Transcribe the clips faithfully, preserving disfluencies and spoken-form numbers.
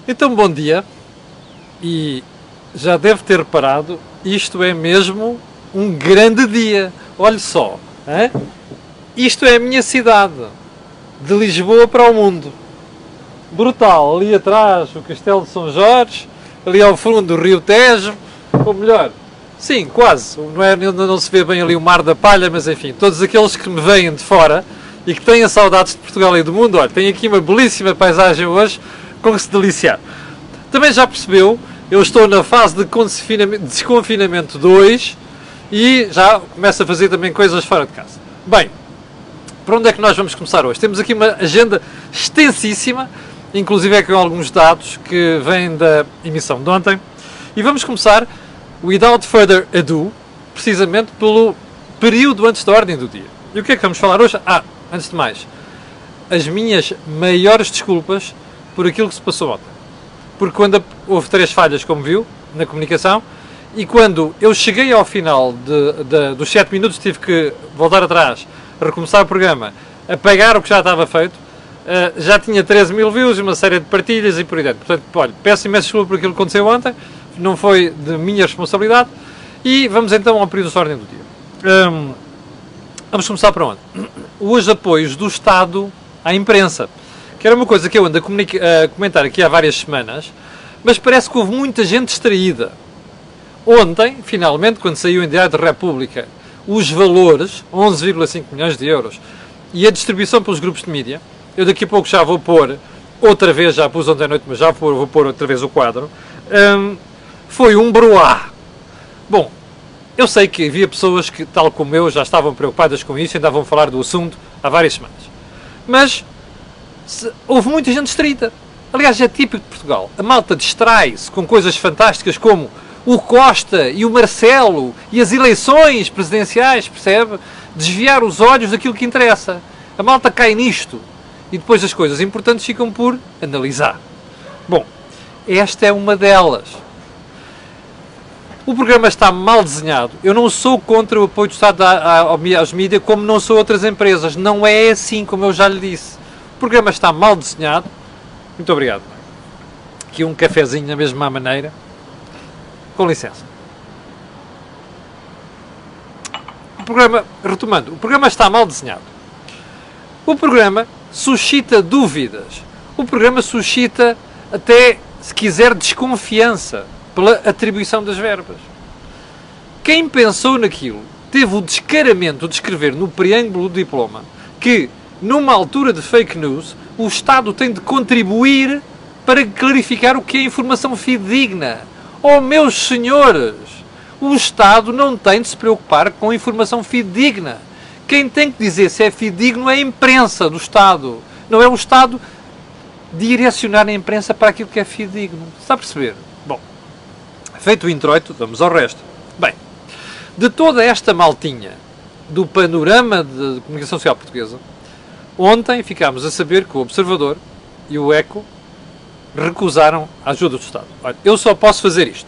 Então, bom dia, e já deve ter reparado, isto é mesmo um grande dia. Olhe só, hein? Isto é a minha cidade, de Lisboa para o mundo. Brutal, ali atrás o Castelo de São Jorge, ali ao fundo o Rio Tejo, ou melhor, sim, quase, não, é, não se vê bem ali o Mar da Palha, mas enfim, todos aqueles que me vêm de fora e que têm saudades de Portugal e do mundo, olha, tem aqui uma belíssima paisagem hoje, com que se deliciar. Também já percebeu, eu estou na fase de desconfinamento dois e já começo a fazer também coisas fora de casa. Bem, para onde é que nós vamos começar hoje? Temos aqui uma agenda extensíssima, inclusive é com alguns dados que vêm da emissão de ontem, e vamos começar, without further ado, precisamente pelo período antes da ordem do dia. E o que é que vamos falar hoje? Ah, antes de mais, as minhas maiores desculpas por aquilo que se passou ontem. Porque quando houve três falhas, como viu, na comunicação, e quando eu cheguei ao final de, de, dos sete minutos, tive que voltar atrás, recomeçar o programa, apagar o que já estava feito, uh, já tinha treze mil views e uma série de partilhas e por aí dentro. Portanto, olha, peço imenso desculpa por aquilo que aconteceu ontem, não foi de minha responsabilidade, e vamos então ao período de ordem do dia. Um, vamos começar por onde? Os apoios do Estado à imprensa. Que era uma coisa que eu ando a, a comentar aqui há várias semanas, mas parece que houve muita gente distraída. Ontem, finalmente, quando saiu em Diário da República os valores, onze vírgula cinco milhões de euros, e a distribuição pelos grupos de mídia, eu daqui a pouco já vou pôr, outra vez, já pus ontem à noite, mas já vou, vou pôr outra vez o quadro, hum, foi um broá. Bom, eu sei que havia pessoas que, tal como eu, já estavam preocupadas com isso e andavam a falar do assunto há várias semanas. Mas Se, houve muita gente distraída. Aliás, é típico de Portugal. A malta distrai-se com coisas fantásticas como o Costa e o Marcelo e as eleições presidenciais, percebe? Desviar os olhos daquilo que interessa. A malta cai nisto. E depois as coisas importantes ficam por analisar. Bom, esta é uma delas. O programa está mal desenhado. Eu não sou contra o apoio do Estado aos mídias, como não sou outras empresas. Não é assim, como eu já lhe disse. O programa está mal desenhado. Muito obrigado. Aqui um cafezinho da mesma maneira. Com licença. O programa, retomando, o programa está mal desenhado. O programa suscita dúvidas. O programa suscita até, se quiser, desconfiança pela atribuição das verbas. Quem pensou naquilo teve o descaramento de escrever no preâmbulo do diploma que, numa altura de fake news, o Estado tem de contribuir para clarificar o que é informação fidedigna. Oh, meus senhores, o Estado não tem de se preocupar com informação fidedigna. Quem tem que dizer se é fidedigno é a imprensa do Estado. Não é o Estado direcionar a imprensa para aquilo que é fidedigno. Está a perceber? Bom, feito o introito, vamos ao resto. Bem, de toda esta maltinha do panorama de comunicação social portuguesa, ontem ficámos a saber que o Observador e o Eco recusaram a ajuda do Estado. Olha, eu só posso fazer isto.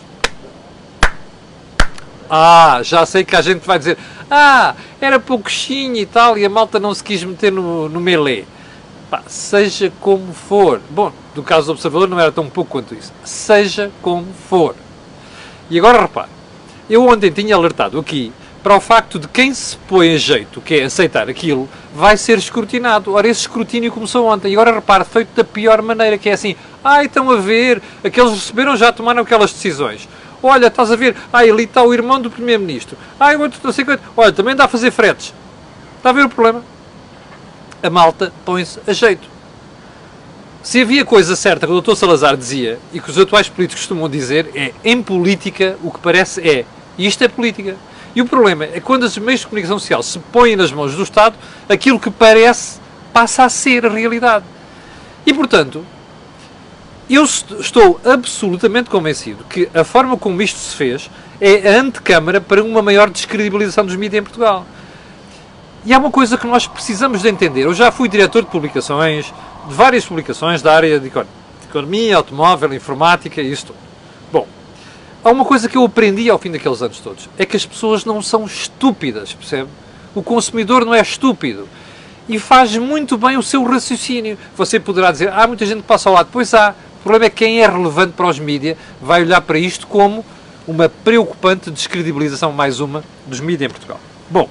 Ah, já sei que a gente vai dizer, ah, era pouquinho e tal, e a malta não se quis meter no, no melee. Pá, seja como for. Bom, do caso do Observador não era tão pouco quanto isso. Seja como for. E agora repare, eu ontem tinha alertado aqui para o facto de quem se põe a jeito, que é aceitar aquilo, vai ser escrutinado. Ora, esse escrutínio começou ontem. E agora repare, feito da pior maneira, que é assim, ah, estão a ver, aqueles receberam, já tomaram aquelas decisões. Olha, estás a ver, ah, ali está o irmão do Primeiro-Ministro. Ah, eu não sei quanto. Olha, também dá a fazer fretes. Está a ver o problema? A malta põe-se a jeito. Se havia coisa certa que o doutor Salazar dizia, e que os atuais políticos costumam dizer, é, em política, o que parece é. E isto é política. E o problema é quando os meios de comunicação social se põem nas mãos do Estado, aquilo que parece passa a ser a realidade. E, portanto, eu estou absolutamente convencido que a forma como isto se fez é a antecâmara para uma maior descredibilização dos mídias em Portugal. E há uma coisa que nós precisamos de entender. Eu já fui diretor de publicações, de várias publicações da área de economia, automóvel, informática e isso tudo. Bom, há uma coisa que eu aprendi ao fim daqueles anos todos. É que as pessoas não são estúpidas, percebe? O consumidor não é estúpido. E faz muito bem o seu raciocínio. Você poderá dizer, há muita gente que passa ao lado. Pois há. problema é que quem é relevante para os mídias vai olhar para isto como uma preocupante descredibilização, mais uma, dos mídias em Portugal. Bom,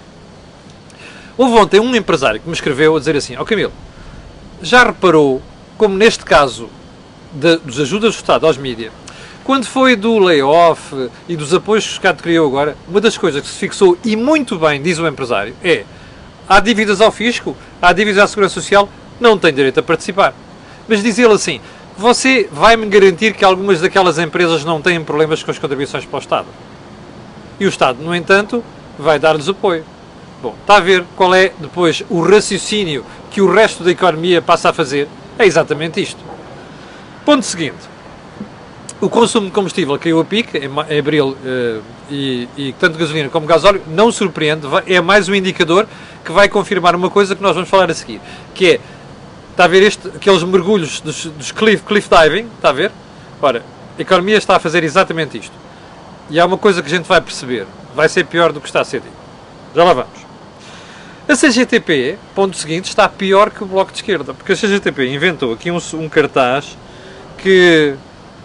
houve ontem um empresário que me escreveu a dizer assim: ó oh, Camilo, já reparou como neste caso de, dos ajudas do Estado aos mídias, quando foi do layoff e dos apoios que o Estado criou agora, uma das coisas que se fixou, e muito bem, diz o empresário, é: há dívidas ao fisco, há dívidas à Segurança Social, não tem direito a participar. Mas diz ele assim: você vai-me garantir que algumas daquelas empresas não têm problemas com as contribuições para o Estado? E o Estado, no entanto, vai dar-lhes apoio. Bom, está a ver qual é depois o raciocínio que o resto da economia passa a fazer? É exatamente isto. Ponto seguinte. O consumo de combustível caiu a pique em, em abril uh, e, e tanto gasolina como gasóleo, não surpreende, vai, é mais um indicador que vai confirmar uma coisa que nós vamos falar a seguir, que é, está a ver este, aqueles mergulhos dos, dos cliff, cliff diving, está a ver? Ora, a economia está a fazer exatamente isto. E há uma coisa que a gente vai perceber, vai ser pior do que está a ser dito. Já lá vamos. A C G T P, ponto seguinte, está pior que o Bloco de Esquerda, porque a C G T P inventou aqui um, um cartaz que...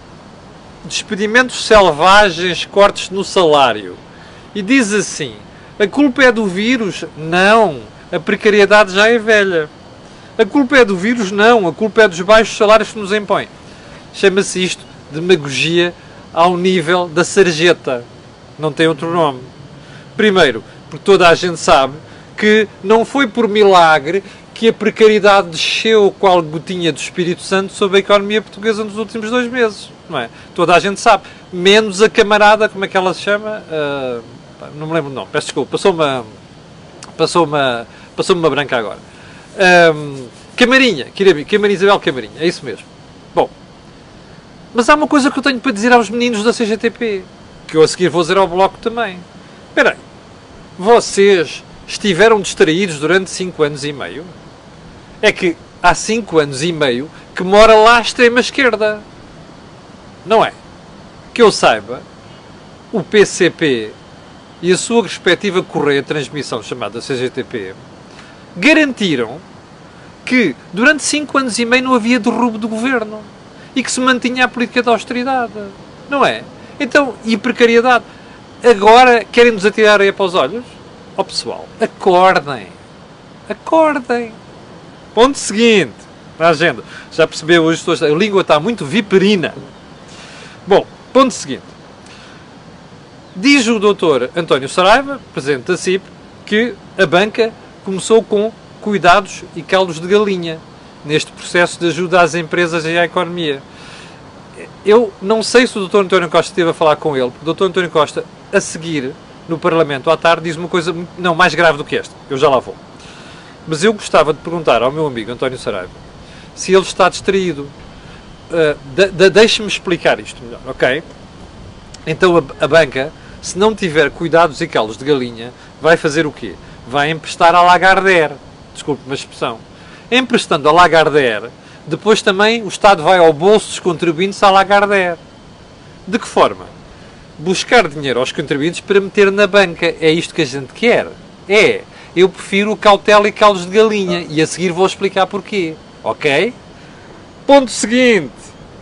despedimentos selvagens, cortes no salário. E diz assim: a culpa é do vírus? Não. A precariedade já é velha. A culpa é do vírus? Não. A culpa é dos baixos salários que nos impõem. Chama-se isto demagogia ao nível da sarjeta. Não tem outro nome. Primeiro, porque toda a gente sabe que não foi por milagre que a precariedade desceu qual gotinha do Espírito Santo sobre a economia portuguesa nos últimos dois meses. Não é? Toda a gente sabe. Menos a camarada, como é que ela se chama? Uh, não me lembro o nome, peço desculpa. Passou-me uma, passou uma, passou-me uma branca agora. Um, Camarinha, Camarinha, Isabel Camarinha, é isso mesmo. Bom, mas há uma coisa que eu tenho para dizer aos meninos da C G T P, que eu a seguir vou dizer ao Bloco também. Espera aí, vocês estiveram distraídos durante cinco anos e meio? É que há cinco anos e meio que mora lá à extrema-esquerda. Não é? Que eu saiba, o P C P e a sua respectiva correia de transmissão chamada C G T P garantiram que durante cinco anos e meio não havia derrubo do governo e que se mantinha a política de austeridade. Não é? Então, e precariedade? Agora querem nos atirar aí para os olhos? Ó oh, pessoal, acordem. Acordem. Ponto seguinte. Na agenda. Já percebeu hoje, a língua está muito viperina. Bom, ponto seguinte. Diz o doutor António Saraiva, presidente da C I P, que a banca começou com cuidados e caldos de galinha neste processo de ajuda às empresas e à economia. Eu não sei se o doutor António Costa esteve a falar com ele, porque o doutor António Costa, a seguir, no Parlamento à tarde, diz uma coisa não mais grave do que esta. Eu já lá vou. Mas eu gostava de perguntar ao meu amigo António Saraiva se ele está distraído. Uh, de, de, Deixe-me explicar isto melhor, ok? Então a, a banca, se não tiver cuidados e caldos de galinha, vai fazer o quê? Vai emprestar à Lagardère. Desculpe-me a expressão. Emprestando a Lagardère, depois também o Estado vai ao bolso dos contribuintes à Lagardère. De que forma? Buscar dinheiro aos contribuintes para meter na banca. É isto que a gente quer. É. Eu prefiro cautela e caldos de galinha. E a seguir vou explicar porquê. Ok? Ponto seguinte.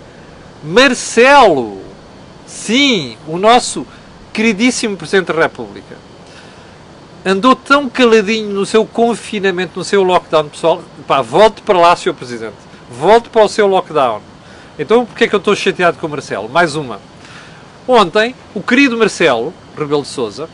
Marcelo. Sim, o nosso queridíssimo Presidente da República. Andou tão caladinho no seu confinamento, no seu lockdown, pessoal. Pá, volte para lá, senhor Presidente. Volte para o seu lockdown. Então, porquê é que eu estou chateado com o Marcelo? Mais uma. Ontem, o querido Marcelo Rebelo de Sousa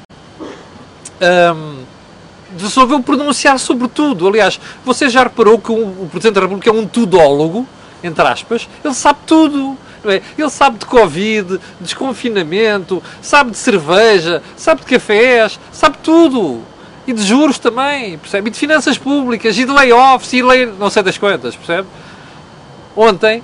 um, resolveu pronunciar sobre tudo. Aliás, você já reparou que o, o Presidente da República é um tudólogo, entre aspas. Ele sabe tudo. Não é? Ele sabe de Covid, de desconfinamento, sabe de cerveja, sabe de cafés, sabe tudo. E de juros também, percebe? E de finanças públicas, e de layoffs, e lay... não sei das quantas, percebe? Ontem,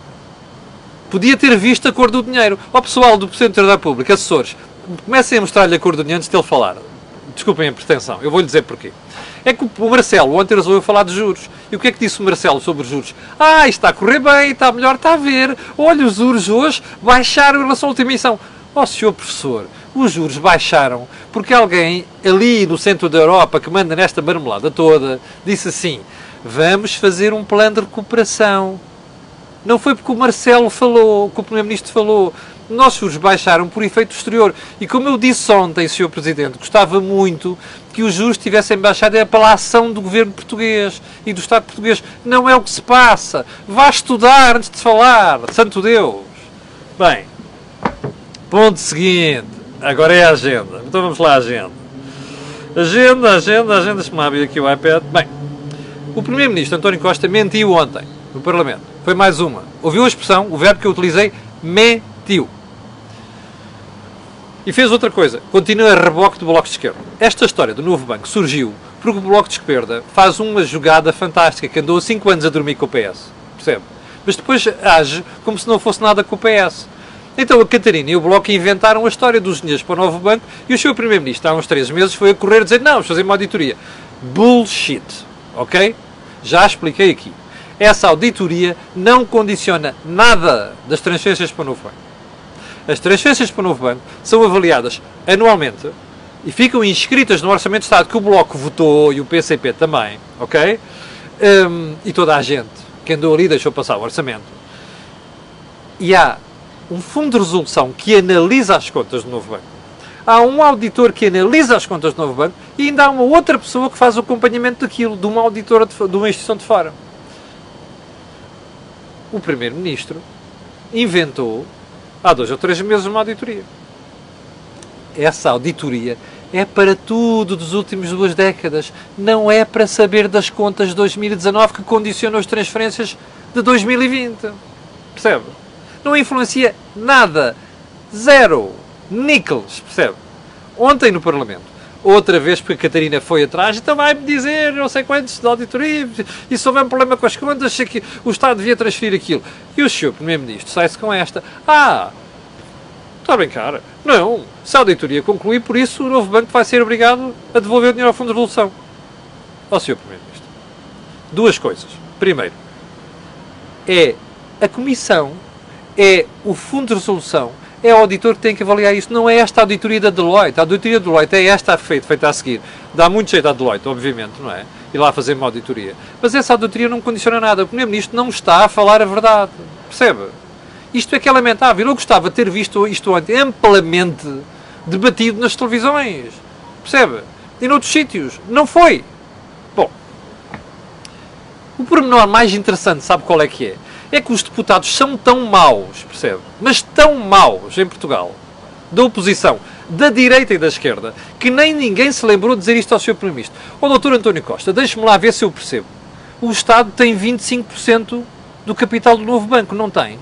podia ter visto a cor do dinheiro. Ó pessoal do Presidente da República, assessores, comecem a mostrar-lhe a cor do dinheiro antes de ele falar. Desculpem a pretensão, eu vou-lhe dizer porquê. É que o Marcelo ontem resolveu falar de juros. E o que é que disse o Marcelo sobre os juros? Ah, está a correr bem, está melhor, está a ver. Olha, os juros hoje baixaram em relação à última emissão. Ó oh, senhor professor, os juros baixaram porque alguém ali no centro da Europa, que manda nesta marmelada toda, disse assim: vamos fazer um plano de recuperação. Não foi porque o Marcelo falou, que o Primeiro-Ministro falou. Nossos juros baixaram por efeito exterior. E como eu disse ontem, senhor Presidente, gostava muito que os juros tivessem baixado é pela ação do governo português e do Estado português. Não é o que se passa. Vá estudar antes de falar. Santo Deus. Bem, ponto seguinte. Agora é a agenda. Então vamos lá à agenda. Agenda, agenda, agenda. Deixa-me lá abrir aqui o iPad. Bem, o Primeiro-Ministro António Costa mentiu ontem no Parlamento. Foi mais uma. Ouviu a expressão, o verbo que eu utilizei, mentiu. E fez outra coisa. Continua a reboque do Bloco de Esquerda. Esta história do novo banco surgiu porque o Bloco de Esquerda faz uma jogada fantástica, que andou há cinco anos a dormir com o P S. Percebe? Mas depois age como se não fosse nada com o P S. Então a Catarina e o Bloco inventaram a história dos dinheiros para o novo banco e o seu Primeiro-Ministro há uns três meses foi a correr dizer não, vamos fazer uma auditoria. Bullshit. Ok? Já expliquei aqui. Essa auditoria não condiciona nada das transferências para o novo banco. As transferências para o novo banco são avaliadas anualmente e ficam inscritas no Orçamento de Estado que o Bloco votou e o P C P também, ok? Um, e toda a gente que andou ali deixou passar o orçamento. E há um fundo de resolução que analisa as contas do novo banco. Há um auditor que analisa as contas do novo banco e ainda há uma outra pessoa que faz o acompanhamento daquilo, de uma auditora de, de uma instituição de fora. O Primeiro-Ministro inventou há dois ou três meses uma auditoria. Essa auditoria é para tudo dos últimos duas décadas. Não é para saber das contas de dois mil e dezanove que condicionam as transferências de dois mil e vinte. Percebe? Não influencia nada. Zero. Níqueles. Percebe? Ontem no Parlamento, outra vez porque a Catarina foi atrás, então vai-me dizer não sei quantos de auditoria, e se houver um problema com as contas, sei que o Estado devia transferir aquilo. E o senhor Primeiro-Ministro sai-se com esta. Ah, está a brincar? Não. Se a auditoria concluir, por isso o novo banco vai ser obrigado a devolver o dinheiro ao Fundo de Resolução. Ó senhor Primeiro-Ministro. Duas coisas. Primeiro, é a Comissão, é o Fundo de Resolução, é o auditor que tem que avaliar isso. Não é esta auditoria da Deloitte. A auditoria da Deloitte é esta feita, feita a seguir. Dá muito jeito à Deloitte, obviamente, não é? Ir lá fazer uma auditoria. Mas essa auditoria não condiciona nada. O Primeiro-Ministro não está a falar a verdade. Percebe? Isto é que é lamentável. Eu gostava de ter visto isto ontem amplamente debatido nas televisões. Percebe? E noutros sítios. Não foi. Bom. O pormenor mais interessante, sabe qual é que é? É que os deputados são tão maus, percebe? Mas tão maus em Portugal, da oposição, da direita e da esquerda, que nem ninguém se lembrou de dizer isto ao senhor Primeiro-Ministro. Ó doutor António Costa, deixe-me lá ver se eu percebo. O Estado tem vinte e cinco por cento do capital do novo banco, não tem?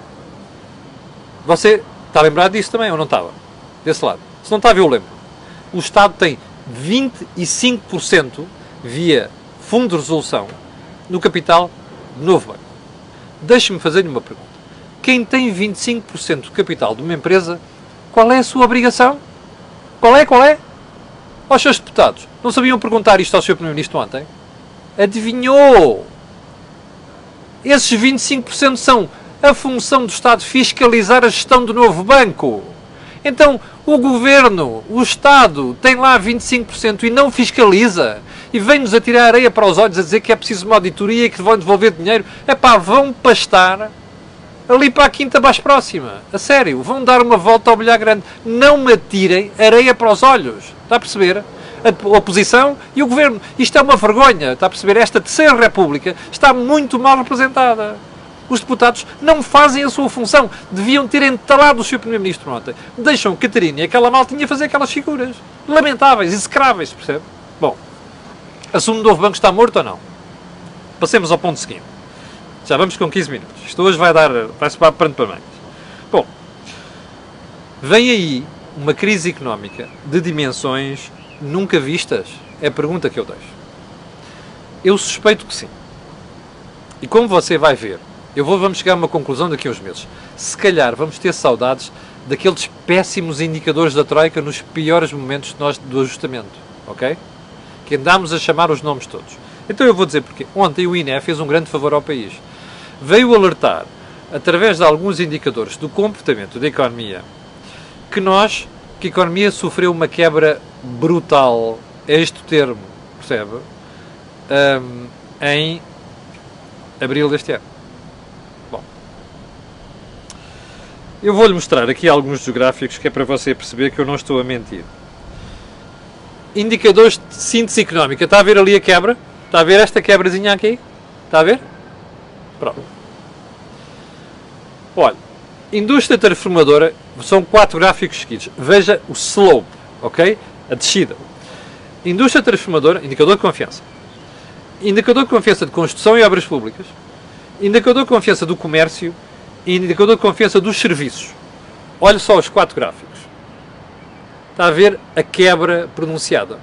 Você está lembrado disso também ou não estava? Desse lado. Se não estava, eu lembro. O Estado tem vinte e cinco por cento via Fundo de Resolução no capital do novo banco. Deixe-me fazer-lhe uma pergunta. Quem tem vinte e cinco por cento do capital de uma empresa, qual é a sua obrigação? Qual é? Qual é? Aos seus deputados. Não sabiam perguntar isto ao senhor Primeiro-Ministro ontem? Adivinhou! Esses vinte e cinco por cento são a função do Estado fiscalizar a gestão do novo banco. Então, o Governo, o Estado, tem lá vinte e cinco por cento e não fiscaliza. E vem-nos a tirar areia para os olhos a dizer que é preciso uma auditoria e que vão devolver dinheiro. É pá, vão pastar ali para a quinta mais próxima. A sério, vão dar uma volta ao bilhar grande. Não me atirem areia para os olhos. Está a perceber? A oposição e o Governo. Isto é uma vergonha. Está a perceber? Esta terceira República está muito mal representada. Os deputados não fazem a sua função. Deviam ter entalado o senhor Primeiro-Ministro ontem. Deixam Catarina e aquela maltinha fazer aquelas figuras lamentáveis, execráveis, percebe? Bom. Assumo do novo banco está morto ou não? Passemos ao ponto seguinte. Já vamos com quinze minutos. Isto hoje vai dar... vai-se para pano para mangas. Bom. Vem aí uma crise económica de dimensões nunca vistas? É a pergunta que eu deixo. Eu suspeito que sim. E como você vai ver, eu vou, vamos chegar a uma conclusão daqui a uns meses. Se calhar vamos ter saudades daqueles péssimos indicadores da Troika nos piores momentos de nós do ajustamento. Ok? Que andámos a chamar os nomes todos. Então eu vou dizer porque ontem o I N E fez um grande favor ao país. Veio alertar, através de alguns indicadores do comportamento da economia, que nós, que a economia sofreu uma quebra brutal, é este o termo, percebe? Um, em abril deste ano. Bom, Eu vou-lhe mostrar aqui alguns dos gráficos que é para você perceber que eu não estou a mentir. Indicadores de síntese económica. Está a ver ali a quebra? Está a ver esta quebrazinha aqui? Está a ver? Pronto. Olha, indústria transformadora, são quatro gráficos seguidos. Veja o slope, ok? A descida. Indústria transformadora, indicador de confiança. Indicador de confiança de construção e obras públicas. Indicador de confiança do comércio e indicador de confiança dos serviços. Olhe só os quatro gráficos. Está a ver a quebra pronunciada.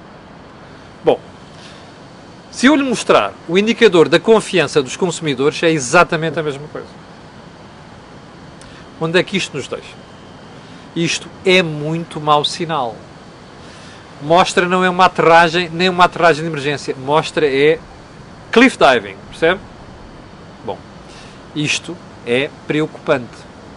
Bom, se eu lhe mostrar o indicador da confiança dos consumidores, é exatamente a mesma coisa. Onde é que isto nos deixa? Isto é muito mau sinal. Mostra não é uma aterragem, nem uma aterragem de emergência. Mostra é cliff diving, percebe? Bom, isto é preocupante.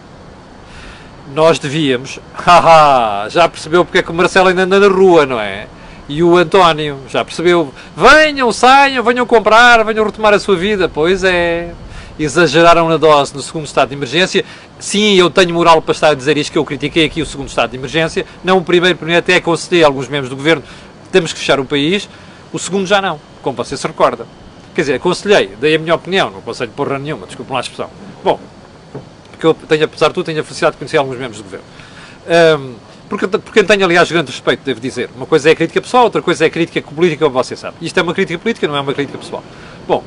Nós devíamos... Haha, já percebeu porque é que o Marcelo ainda anda na rua, não é? E o António, já percebeu? Venham, saiam, venham comprar, venham retomar a sua vida. Pois é... Exageraram na dose no segundo estado de emergência. Sim, eu tenho moral para estar a dizer isto, que eu critiquei aqui o segundo estado de emergência. Não o primeiro, primeiro até aconselhei alguns membros do governo, temos que fechar o país. O segundo já não, como você se recorda. Quer dizer, aconselhei, dei a minha opinião, não aconselho porra nenhuma, desculpe lá a expressão. Bom, porque eu tenho, apesar de tudo, tenho a felicidade de conhecer alguns membros do governo. Um, porque, porque tenho, aliás, grande respeito, devo dizer. Uma coisa é a crítica pessoal, outra coisa é a crítica política, como você sabe. Isto é uma crítica política, não é uma crítica pessoal. Bom,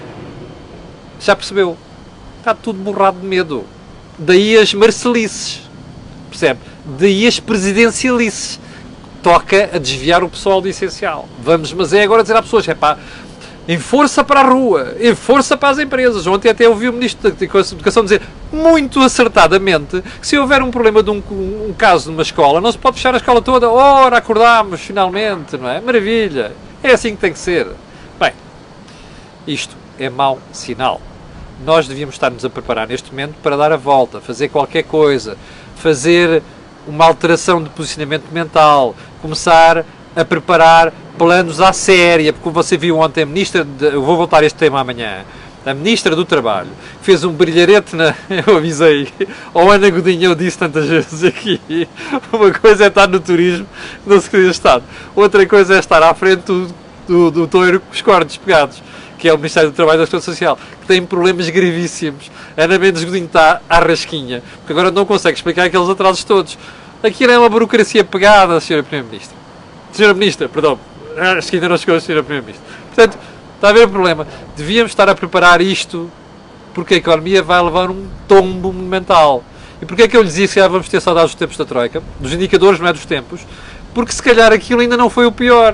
já percebeu? Está tudo borrado de medo. Daí as marcelices. Percebe? Daí as presidencialices. Toca a desviar o pessoal do essencial. Vamos, mas é agora dizer às pessoas, é pá, em força para a rua, em força para as empresas. Ontem até ouvi o Ministro da Educação dizer, muito acertadamente, que se houver um problema de um, um caso numa escola, não se pode fechar a escola toda. Ora, acordámos, finalmente, não é? Maravilha. É assim que tem que ser. Bem, isto é mau sinal. Nós devíamos estar-nos a preparar neste momento para dar a volta, fazer qualquer coisa, fazer uma alteração de posicionamento mental, começar a preparar planos à séria, porque como você viu ontem, a Ministra, de, eu vou voltar a este tema amanhã, a Ministra do Trabalho, fez um brilharete, na, eu avisei, ao Ana Godinho, eu disse tantas vezes aqui, uma coisa é estar no turismo, no Secretaria de Estado, outra coisa é estar à frente do, do, do touro com os cornos pegados, que é o Ministério do Trabalho e da Seguridade Social, que tem problemas gravíssimos. Ana Mendes Godinho está à rasquinha, porque agora não consegue explicar aqueles atrasos todos. Aquilo é uma burocracia pegada, senhora Primeira-Ministra. senhora Ministra, perdão, acho que ainda não chegou a senhora Primeira-Ministra. Portanto, está a ver o problema. Devíamos estar a preparar isto, porque a economia vai levar um tombo monumental. E porquê é que eu lhe disse que já vamos ter saudades dos tempos da Troika? Dos indicadores, não é dos tempos? Porque se calhar aquilo ainda não foi o pior.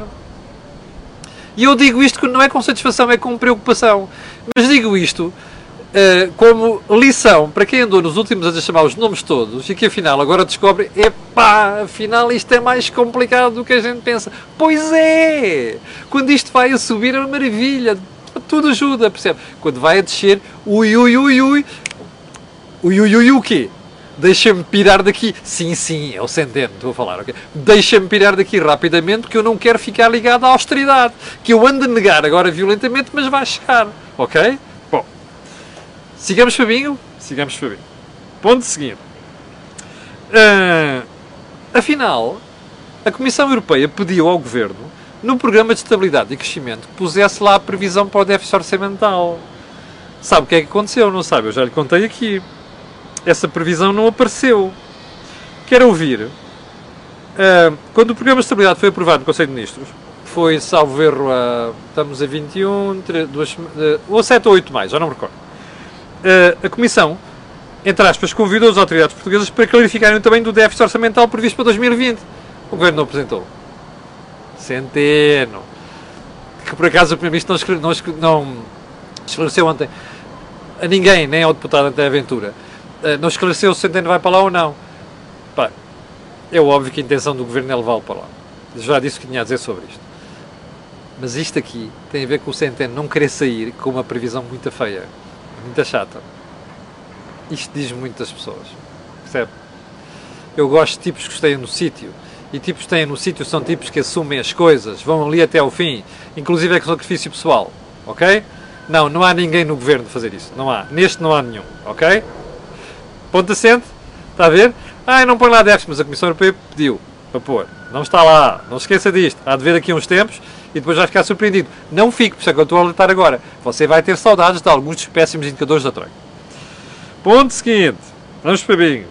E eu digo isto que não é com satisfação, é com preocupação. Mas digo isto uh, como lição para quem andou nos últimos anos a chamar os nomes todos e que afinal agora descobre, epá, afinal isto é mais complicado do que a gente pensa. Pois é! Quando isto vai a subir é uma maravilha, tudo ajuda, percebe? Quando vai a descer, ui, ui, ui, ui, ui, ui, ui, o quê? Deixa-me pirar daqui. Sim, sim, é o Centeno, estou a falar, ok? Deixa-me pirar daqui rapidamente, porque eu não quero ficar ligado à austeridade. Que eu ando a negar agora violentamente, mas vai chegar, ok? Bom, sigamos, Fabinho? Sigamos, Fabinho. Ponto seguinte. Uh, afinal, a Comissão Europeia pediu ao Governo, no Programa de Estabilidade e Crescimento, que pusesse lá a previsão para o déficit orçamental. Sabe o que é que aconteceu, não sabe? Eu já lhe contei aqui. Essa previsão não apareceu. Quero ouvir. Uh, quando o Programa de Estabilidade foi aprovado no Conselho de Ministros, foi, salvo erro, a, estamos a vinte e um, duas, uh, ou sete ou oito de maio, já não me recordo. Uh, a Comissão, entre aspas, convidou as autoridades portuguesas para clarificarem também do déficit orçamental previsto para dois mil e vinte. O Governo não apresentou. Centeno. Que por acaso o Primeiro-Ministro não, não, não esclareceu ontem a ninguém, nem ao deputado André Ventura. Não esclareceu se o Centeno vai para lá ou não. Pá, é óbvio que a intenção do Governo é levá-lo para lá. Já disse o que tinha a dizer sobre isto. Mas isto aqui tem a ver com o Centeno não querer sair com uma previsão muito feia, muito chata. Isto diz muito das pessoas. Percebe? Eu gosto de tipos que estejam no sítio. E tipos que estejam no sítio são tipos que assumem as coisas, vão ali até ao fim, inclusive é com sacrifício pessoal. Ok? Não, não há ninguém no Governo a fazer isso. Não há. Neste não há nenhum. Ok? Ponto assente. Está a ver? Ah, não põe lá déficit, mas a Comissão Europeia pediu para pôr. Não está lá. Não se esqueça disto. Há de ver daqui a uns tempos e depois vai ficar surpreendido. Não fique, por isso é que eu estou a alertar agora. Você vai ter saudades de alguns dos péssimos indicadores da Troika. Ponto seguinte. Vamos para bingo.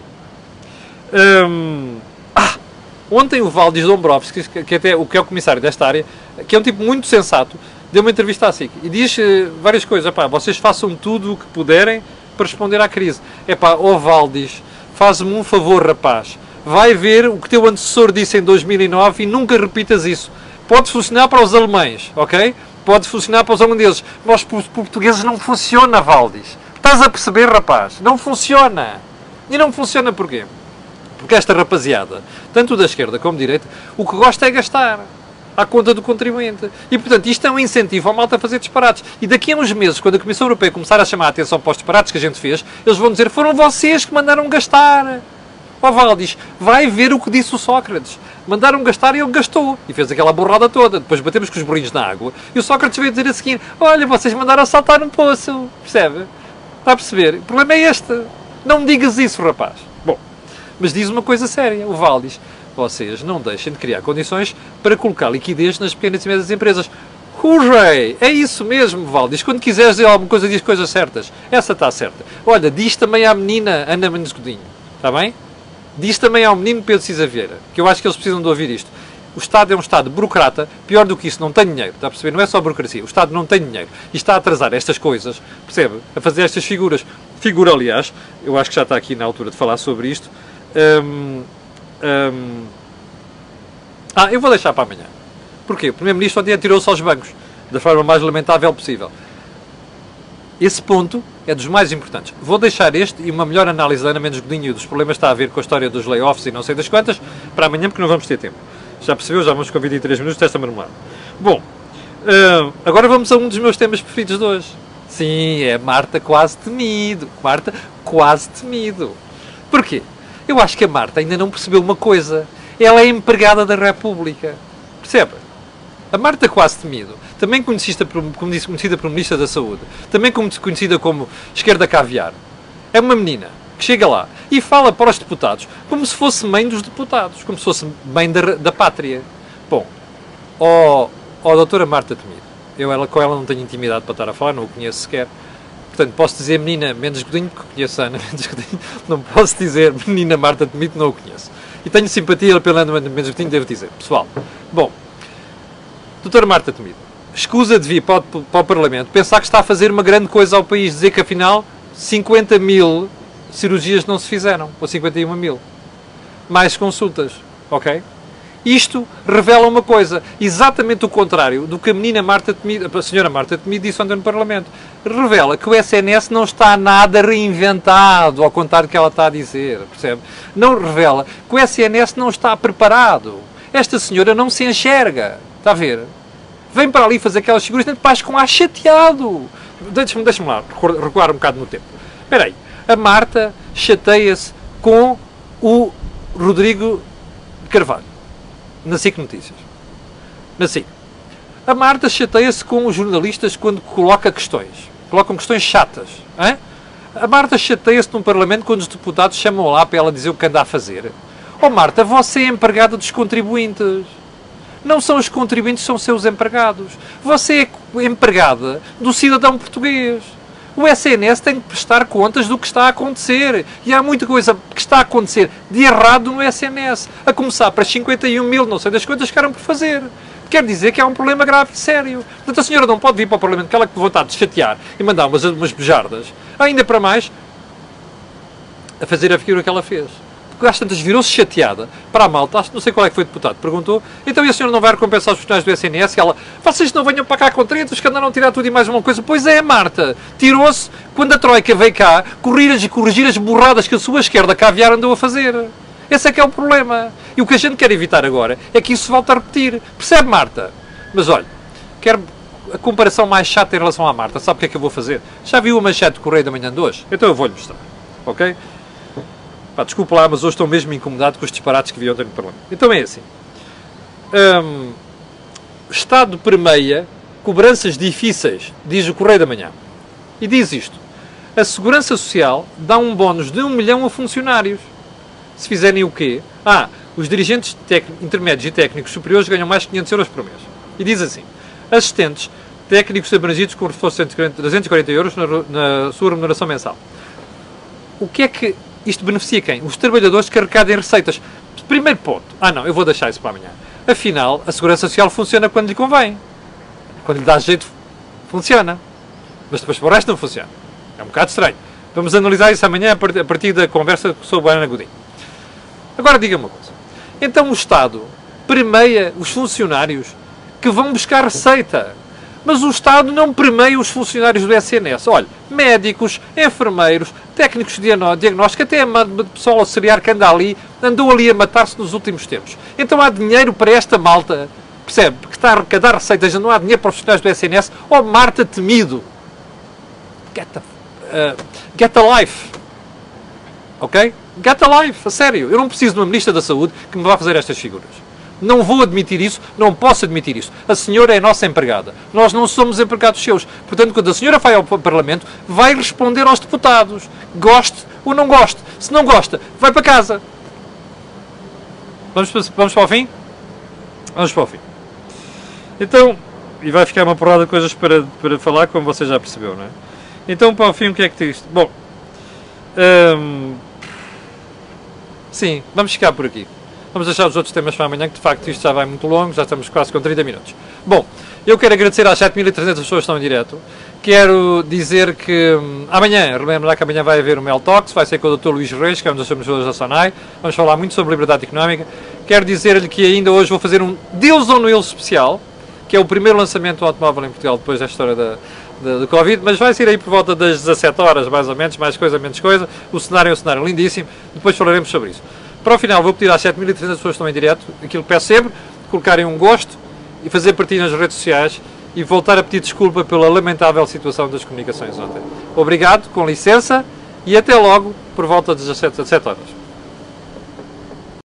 Hum, ah, ontem o Valdis Dombrovskis, que, até, o que é o comissário desta área, que é um tipo muito sensato, deu uma entrevista à S I C e diz uh, várias coisas. Epá, vocês façam tudo o que puderem para responder à crise. Epá, ó Valdis, faz-me um favor, rapaz. Vai ver o que teu antecessor disse em dois mil e nove e nunca repitas isso. Pode funcionar para os alemães, ok? Pode funcionar para os holandeses. Mas para os portugueses não funciona, Valdis. Estás a perceber, rapaz? Não funciona. E não funciona porquê? Porque esta rapaziada, tanto da esquerda como da direita, o que gosta é gastar à conta do contribuinte. E, portanto, isto é um incentivo à malta a fazer disparates. E daqui a uns meses, quando a Comissão Europeia começar a chamar a atenção para os disparates que a gente fez, eles vão dizer, foram vocês que mandaram gastar. Ó Valdis, vai ver o que disse o Sócrates. Mandaram gastar e ele gastou. E fez aquela borrada toda. Depois batemos com os burrinhos na água. E o Sócrates veio dizer a seguir, olha, vocês mandaram saltar um poço. Percebe? Está a perceber? O problema é este. Não me digas isso, rapaz. Bom, mas diz uma coisa séria, o Valdis. Vocês não deixem de criar condições para colocar liquidez nas pequenas e médias empresas. Hurray! É isso mesmo, Valdis. Quando quiseres dizer alguma coisa, diz coisas certas. Essa está certa. Olha, diz também à menina Ana Mendes Godinho. Está bem? Diz também ao menino Pedro Cisa Vieira, que eu acho que eles precisam de ouvir isto. O Estado é um Estado burocrata, pior do que isso, não tem dinheiro, está a perceber? Não é só burocracia, o Estado não tem dinheiro e está a atrasar estas coisas, percebe? A fazer estas figuras. Figura, aliás, eu acho que já está aqui na altura de falar sobre isto. Hum, hum, ah, eu vou deixar para amanhã. Porquê? O Primeiro-Ministro ontem atirou-se aos bancos, da forma mais lamentável possível. Esse ponto é dos mais importantes. Vou deixar este e uma melhor análise da Ana Mendes Godinho e dos problemas que está a ver com a história dos layoffs e não sei das quantas, para amanhã, porque não vamos ter tempo. Já percebeu? Já vamos com vinte e três minutos desta marmelada. Bom, uh, agora vamos a um dos meus temas preferidos de hoje. Sim, é Marta quase temido. Marta quase temido. Porquê? Eu acho que a Marta ainda não percebeu uma coisa. Ela é empregada da República. Percebe? A Marta quase temido, também conhecida por, conhecida por Ministra da Saúde, também conhecida como Esquerda Caviar, é uma menina que chega lá e fala para os deputados como se fosse mãe dos deputados, como se fosse mãe da, da pátria. Bom, ó, ó doutora Marta Temido, eu ela, com ela não tenho intimidade para estar a falar, não o conheço sequer. Portanto, posso dizer menina Mendes Godinho, porque conheço a Ana Mendes Godinho, não posso dizer menina Marta Temido, não o conheço. E tenho simpatia pela Ana Mendes Godinho, devo dizer, pessoal. Bom, doutora Marta Temido, escusa de vir para o, para o Parlamento, pensar que está a fazer uma grande coisa ao país, dizer que afinal cinquenta mil cirurgias não se fizeram, ou cinquenta e uma mil. Mais consultas, ok? Isto revela uma coisa, exatamente o contrário do que a menina Marta Temido, a senhora Marta Temido disse ontem no Parlamento. Revela que o S N S não está nada reinventado, ao contrário do que ela está a dizer, percebe? Não revela que o S N S não está preparado. Esta senhora não se enxerga, está a ver? Vem para ali fazer aquelas figuras, depois com ar chateado. Deixa-me deixa lá recuar um bocado no tempo. Espera aí, a Marta chateia-se com o Rodrigo Carvalho, na S I C Notícias. Na S I C. A Marta chateia-se com os jornalistas quando coloca questões. Colocam questões chatas. Hein? A Marta chateia-se num Parlamento quando os deputados chamam lá para ela dizer o que anda a fazer. Oh Marta, você é empregada dos contribuintes. Não são os contribuintes, são seus empregados. Você é empregada do cidadão português. O S N S tem que prestar contas do que está a acontecer. E há muita coisa que está a acontecer de errado no S N S. A começar para cinquenta e um mil, não sei das quantas, que eram por fazer. Quer dizer que há um problema grave e sério. Portanto, a senhora não pode vir para o Parlamento com ela com vontade de chatear e mandar umas, umas bejardas. Ainda para mais, a fazer a figura que ela fez. Porque às tantas virou-se chateada para a malta, não sei qual é que foi o deputado, perguntou, então e a senhora não vai recompensar os funcionários do S N S? E ela, vocês não venham para cá com tretas que andaram a tirar tudo e mais uma coisa. Pois é, Marta, tirou-se quando a Troika veio cá corrigir as, corrigir as burradas que a sua esquerda caviar andou a fazer. Esse é que é o problema. E o que a gente quer evitar agora é que isso se volte a repetir. Percebe, Marta? Mas olha, quero a comparação mais chata em relação à Marta. Sabe o que é que eu vou fazer? Já viu a manchete do Correio da Manhã de hoje? Então eu vou-lhe mostrar. Ok? Pá, desculpa lá, mas hoje estou mesmo incomodado com os disparates que vi ontem no Parlamento. Então é assim. Hum, Estado permeia cobranças difíceis, diz o Correio da Manhã. E diz isto. A Segurança Social dá um bónus de um milhão a funcionários. se fizerem o quê? Ah, os dirigentes intermédios e técnicos superiores ganham mais de quinhentos euros por mês. E diz assim, assistentes técnicos abrangidos com reforço de trezentos e quarenta euros na, na sua remuneração mensal. O que é que isto beneficia quem? Os trabalhadores carregados em receitas. Primeiro ponto. Ah não, eu vou deixar isso para amanhã. Afinal, a Segurança Social funciona quando lhe convém. Quando lhe dá jeito, funciona. Mas depois para o resto não funciona. É um bocado estranho. Vamos analisar isso amanhã a partir da conversa sobre a Ana Godinho. Agora diga-me uma coisa. Então o Estado premia os funcionários que vão buscar receita. Mas o Estado não premia os funcionários do S N S. Olha, médicos, enfermeiros, técnicos de diagnóstico, até a pessoal auxiliar que anda ali, andou ali a matar-se nos últimos tempos. Então há dinheiro para esta malta, percebe, que está a arrecadar receitas, não há dinheiro para os funcionários do S N S. Oh, Marta Temido, get a, uh, get a life. Ok? Get a life, a sério. Eu não preciso de uma Ministra da Saúde que me vá fazer estas figuras. Não vou admitir isso, não posso admitir isso. A senhora é a nossa empregada. Nós não somos empregados seus. Portanto, quando a senhora vai ao Parlamento, vai responder aos deputados. Goste ou não goste. Se não gosta, vai para casa. Vamos, vamos para o fim? Vamos para o fim. Então, e vai ficar uma porrada de coisas para, para falar, como você já percebeu, não é? Então, para o fim, o que é que diz? Bom, hum, sim, vamos ficar por aqui. Vamos deixar os outros temas para amanhã, que de facto isto já vai muito longo, já estamos quase com trinta minutos. Bom, eu quero agradecer às sete mil e trezentas pessoas que estão em direto. Quero dizer que hum, amanhã, relembrar que amanhã vai haver o Mel Talks, vai ser com o doutor Luís Reis, que é um dos administradores da SONAI. Vamos falar muito sobre liberdade económica. Quero dizer-lhe que ainda hoje vou fazer um Deus on Wheels especial, que é o primeiro lançamento do automóvel em Portugal depois da história da, da, do Covid, mas vai ser aí por volta das dezassete horas, mais ou menos, mais coisa, menos coisa. O cenário é um cenário lindíssimo, depois falaremos sobre isso. Para o final, vou pedir às sete mil e trezentas pessoas que estão em direto, aquilo que peço sempre, colocarem um gosto e fazer partilha nas redes sociais e voltar a pedir desculpa pela lamentável situação das comunicações ontem. Obrigado, com licença, e até logo, por volta das dezassete horas.